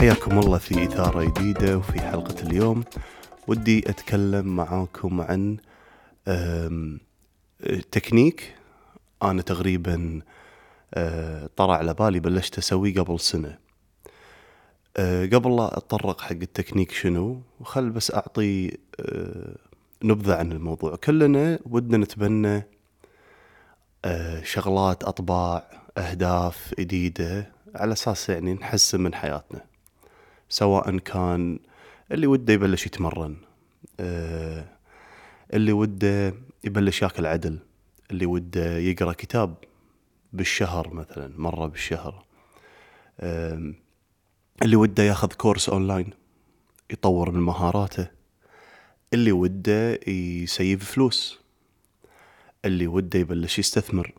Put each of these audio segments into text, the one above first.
حياكم الله في إثارة جديدة. وفي حلقة اليوم ودي أتكلم معاكم عن تكنيك أنا تقريبا طرع على بالي بلشت أسويه قبل سنة. قبل لا أتطرق حق التكنيك شنو، وخل بس أعطي نبذة عن الموضوع. كلنا ودنا نتبنى شغلات، أطباع، أهداف جديدة على أساس يعني نحسن من حياتنا، سواء كان اللي وده يبلش يتمرن، اللي وده يبلش ياكل عدل، اللي وده يقرأ كتاب بالشهر مثلا مرة بالشهر، اللي وده ياخذ كورس أونلاين يطور من مهاراته، اللي وده يسيف فلوس، اللي وده يبلش يستثمر،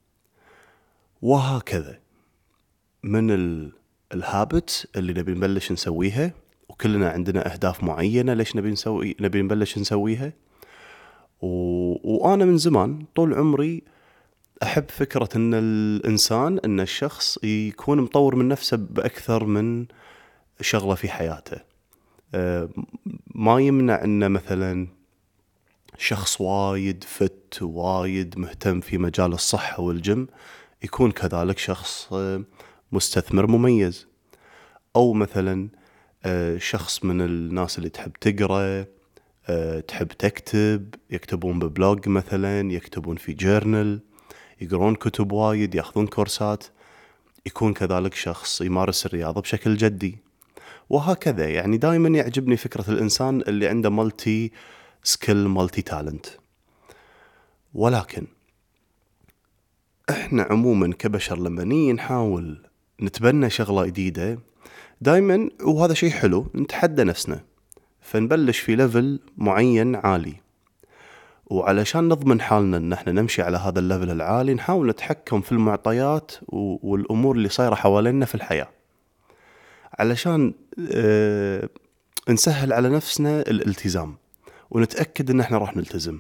وهكذا من الهابت اللي نبي نبلش نسويها. وكلنا عندنا أهداف معينة ليش نبي نبلش نسويها. وأنا من زمان طول عمري أحب فكرة أن الإنسان، أن الشخص يكون مطور من نفسه بأكثر من شغلة في حياته. ما يمنع أن مثلا شخص وايد فت وايد مهتم في مجال الصحة والجيم يكون كذلك شخص مستثمر مميز، أو مثلا شخص من الناس اللي تحب تقرأ، تحب تكتب، يكتبون ببلوج مثلا، يكتبون في جورنال، يقرون كتب وايد، ياخذون كورسات، يكون كذلك شخص يمارس الرياضة بشكل جدي، وهكذا. يعني دائما يعجبني فكرة الإنسان اللي عنده مالتي سكيل، مالتي تالنت. ولكن احنا عموما كبشر لما نحاول نتبنى شغلة جديدة دائما، وهذا شيء حلو، نتحدى نفسنا، فنبلش في ليفل معين عالي، وعلشان نضمن حالنا ان احنا نمشي على هذا الليفل العالي نحاول نتحكم في المعطيات والامور اللي صايرة حوالينا في الحياة، علشان نسهل على نفسنا الالتزام ونتأكد ان احنا راح نلتزم.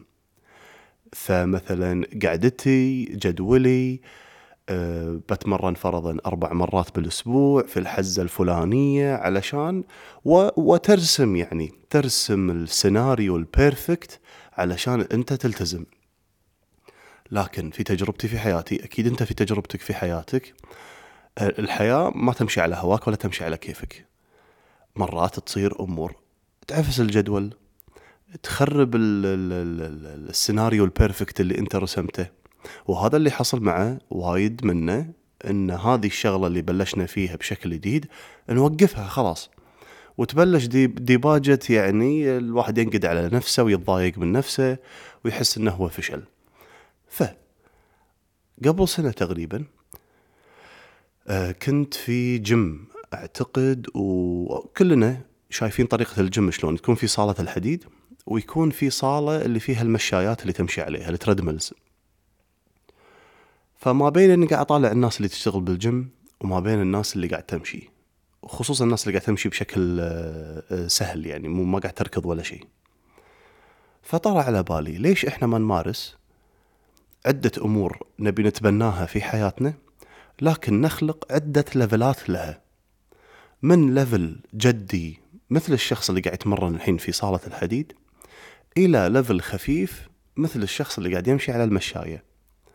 فمثلا قعدتي، جدولي، بتمرن فرضا 4 مرات بالأسبوع في الحزة الفلانية، علشان وترسم، يعني ترسم السيناريو البيرفكت علشان أنت تلتزم. لكن في تجربتي في حياتي، أكيد أنت في تجربتك في حياتك، الحياة ما تمشي على هواك ولا تمشي على كيفك. مرات تصير أمور تعفس الجدول، تخرب السيناريو البيرفكت اللي أنت رسمته. وهذا اللي حصل مع وايد منا، ان هذه الشغلة اللي بلشنا فيها بشكل جديد نوقفها خلاص، وتبلش ديباجة، يعني الواحد ينقد على نفسه ويتضايق من نفسه ويحس انه هو فشل. قبل سنة تقريبا كنت في جيم اعتقد، وكلنا شايفين طريقة الجيم شلون تكون في صالة الحديد، ويكون في صالة اللي فيها المشايات اللي تمشي عليها، التريدميلز. فما بين اني قاعد اطالع الناس اللي تشتغل بالجيم وما بين الناس اللي قاعد تمشي، وخصوصا الناس اللي قاعد تمشي بشكل سهل، يعني ما قاعد تركض ولا شيء. فطلع على بالي ليش احنا ما نمارس عدة امور نبي نتبناها في حياتنا، لكن نخلق عدة ليفلات لها، من ليفل جدي مثل الشخص اللي قاعد يتمرن الحين في صالة الحديد، الى ليفل خفيف مثل الشخص اللي قاعد يمشي على المشاية.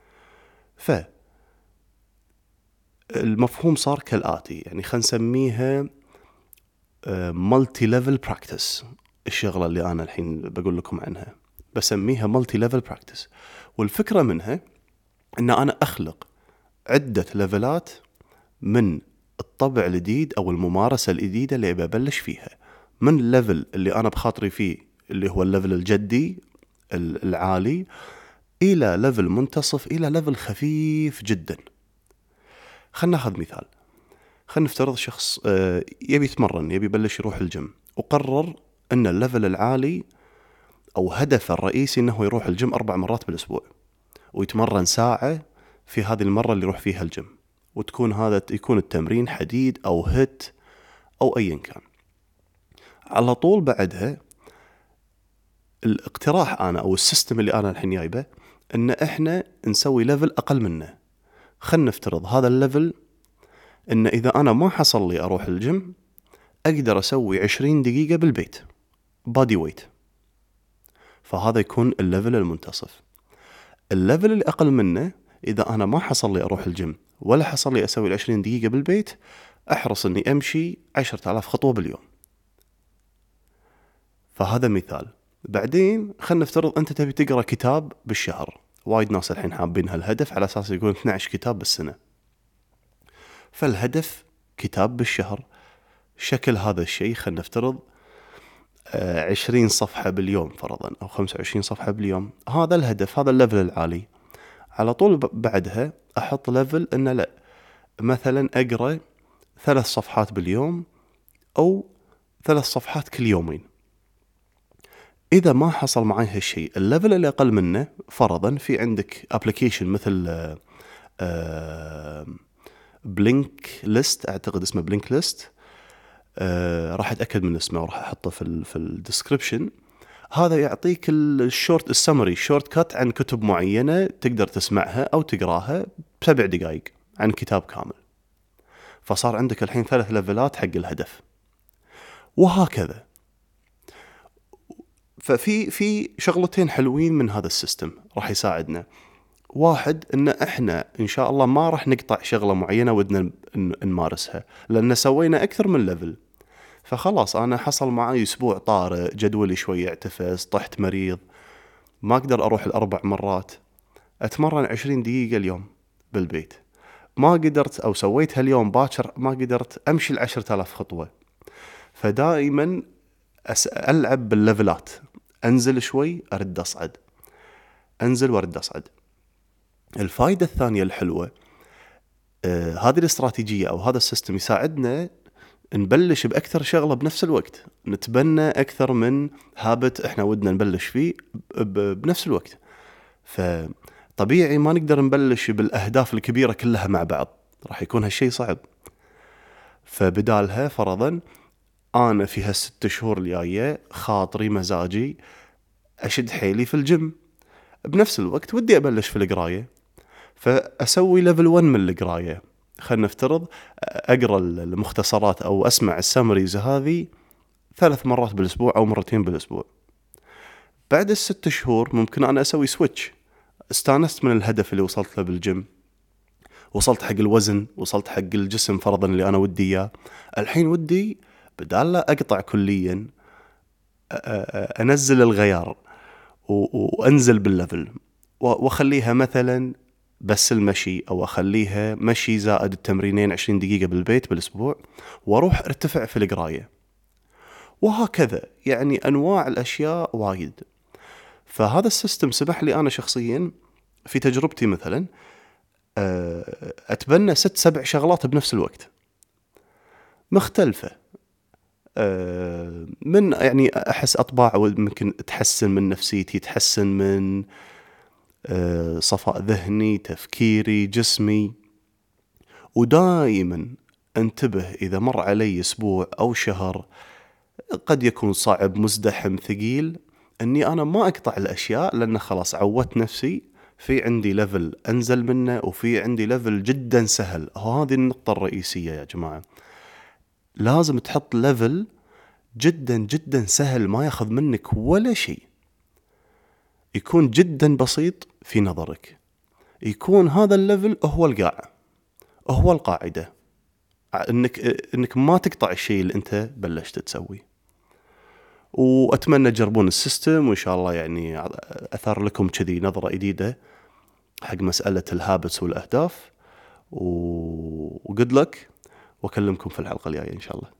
المفهوم صار كالآتي، يعني خلينا نسميها مالتي ليفل براكتس. الشغلة اللي أنا الحين بقول لكم عنها بسميها مالتي ليفل براكتس، والفكرة منها أن أنا أخلق عدة ليفلات من الطبع الجديد أو الممارسة الجديدة اللي ببلش فيها، من الليفل اللي أنا بخاطري فيه اللي هو الليفل الجدي العالي، إلى ليفل منتصف، إلى ليفل خفيف جدا. خلنا ناخذ مثال. خلنا نفترض شخص يبي يتمرن، يبي يبلش يروح الجيم، وقرر أن الليفل العالي أو هدف الرئيسي أنه يروح الجيم 4 مرات بالأسبوع، ويتمرن ساعة في هذه المرة اللي يروح فيها الجيم، وتكون يكون التمرين حديد أو هت أو أيا كان. على طول بعدها الاقتراح أنا أو السيستم اللي أنا الحين جايبه أن إحنا نسوي ليفل أقل منه. خلنا نفترض هذا الليفل أن إذا أنا ما حصل لي أروح الجيم أقدر أسوي 20 دقيقة بالبيت بادي ويت. فهذا يكون الليفل المنتصف. الليفل اللي أقل منه، إذا أنا ما حصل لي أروح الجيم ولا حصل لي أسوي 20 دقيقة بالبيت، أحرص أني أمشي 10,000 خطوة باليوم. فهذا مثال. بعدين خلنا نفترض أنت تبي تقرأ كتاب بالشهر. وايد ناس الحين حابين هالهدف على أساس يكون 12 كتاب بالسنة. فالهدف كتاب بالشهر. شكل هذا الشيء خلنا نفترض 20 صفحة باليوم فرضا، أو 25 صفحة باليوم. هذا الهدف، هذا الليفل العالي. على طول بعدها أحط ليفل إنه لا، مثلا أقرأ 3 صفحات باليوم أو 3 صفحات كل يومين. إذا ما حصل معي هالشيء، الليفل اللي أقل منه فرضا في عندك أبليكيشن مثل بلينك ليست، أعتقد اسمه بلينك ليست. راح أتأكد من اسمه وراح أحطه في الديسكريبشن. هذا يعطيك الشورت السمري، شورت كات عن كتب معينة تقدر تسمعها أو تقراها ب7 دقائق عن كتاب كامل. فصار عندك الحين 3 ليفلات حق الهدف، وهكذا. ففي شغلتين حلوين من هذا السيستم راح يساعدنا. واحد، إن إحنا إن شاء الله ما راح نقطع شغلة معينة ودنا نمارسها، لأن سوينا أكثر من ليفل. فخلاص أنا حصل معي أسبوع طارئ، جدولي شوية اعتفس، طحت مريض، ما أقدر أروح 4 مرات، أتمرن 20 دقيقة اليوم بالبيت. ما قدرت أو سويت هاليوم باكر ما قدرت أمشي 10,000 خطوة. فدائما ألعب بالليفلات، أنزل شوي أرد أصعد، أنزل وأرد أصعد. الفائدة الثانية الحلوة، هذه الاستراتيجية أو هذا السيستم يساعدنا نبلش بأكثر شغلة بنفس الوقت، نتبنى أكثر من هابت إحنا ودنا نبلش فيه بنفس الوقت. فطبيعي ما نقدر نبلش بالأهداف الكبيرة كلها مع بعض، راح يكون هالشي صعب. فبدالها فرضا أنا في هال6 شهور الجاية خاطري مزاجي أشد حيلي في الجيم، بنفس الوقت ودي أبلش في القراية، فأسوي ليفل 1 من القراية. خلنا نفترض أقرأ المختصرات أو أسمع السامريز هذه 3 مرات بالأسبوع أو 2 بالأسبوع. بعد ال6 شهور ممكن أنا أسوي سويتش. استانست من الهدف اللي وصلت له بالجيم، وصلت حق الوزن، وصلت حق الجسم فرضا اللي أنا ودي إياه. الحين ودي بدال لا أقطع كليا، أنزل الغيار وأنزل بالليفل، وأخليها مثلا بس المشي، أو أخليها مشي زائد التمرينين 20 دقيقة بالبيت بالأسبوع، وأروح ارتفع في القراية. وهكذا يعني أنواع الأشياء وايد. فهذا السيستم سمح لي أنا شخصيا في تجربتي مثلا أتبنى 6-7 شغلات بنفس الوقت مختلفة. من يعني أحس أطباع ممكن تحسن من نفسيتي، تحسن من صفاء ذهني، تفكيري، جسمي. ودائما انتبه إذا مر علي أسبوع أو شهر قد يكون صعب، مزدحم، ثقيل، أني أنا ما أقطع الأشياء، لأن خلاص عودت نفسي في عندي ليفل أنزل منه وفي عندي ليفل جدا سهل. هذه النقطة الرئيسية يا جماعة، لازم تحط ليفل جدا جدا سهل ما ياخذ منك ولا شيء، يكون جدا بسيط في نظرك، يكون هذا الليفل هو القاع، هو القاعدة، انك ما تقطع الشيء اللي انت بلشت تسويه. واتمنى تجربون السيستم، وان شاء الله يعني اثار لكم كذي نظرة جديدة حق مسألة الهابتس والاهداف. وجود لك، واكلمكم في الحلقة الجاية ان شاء الله.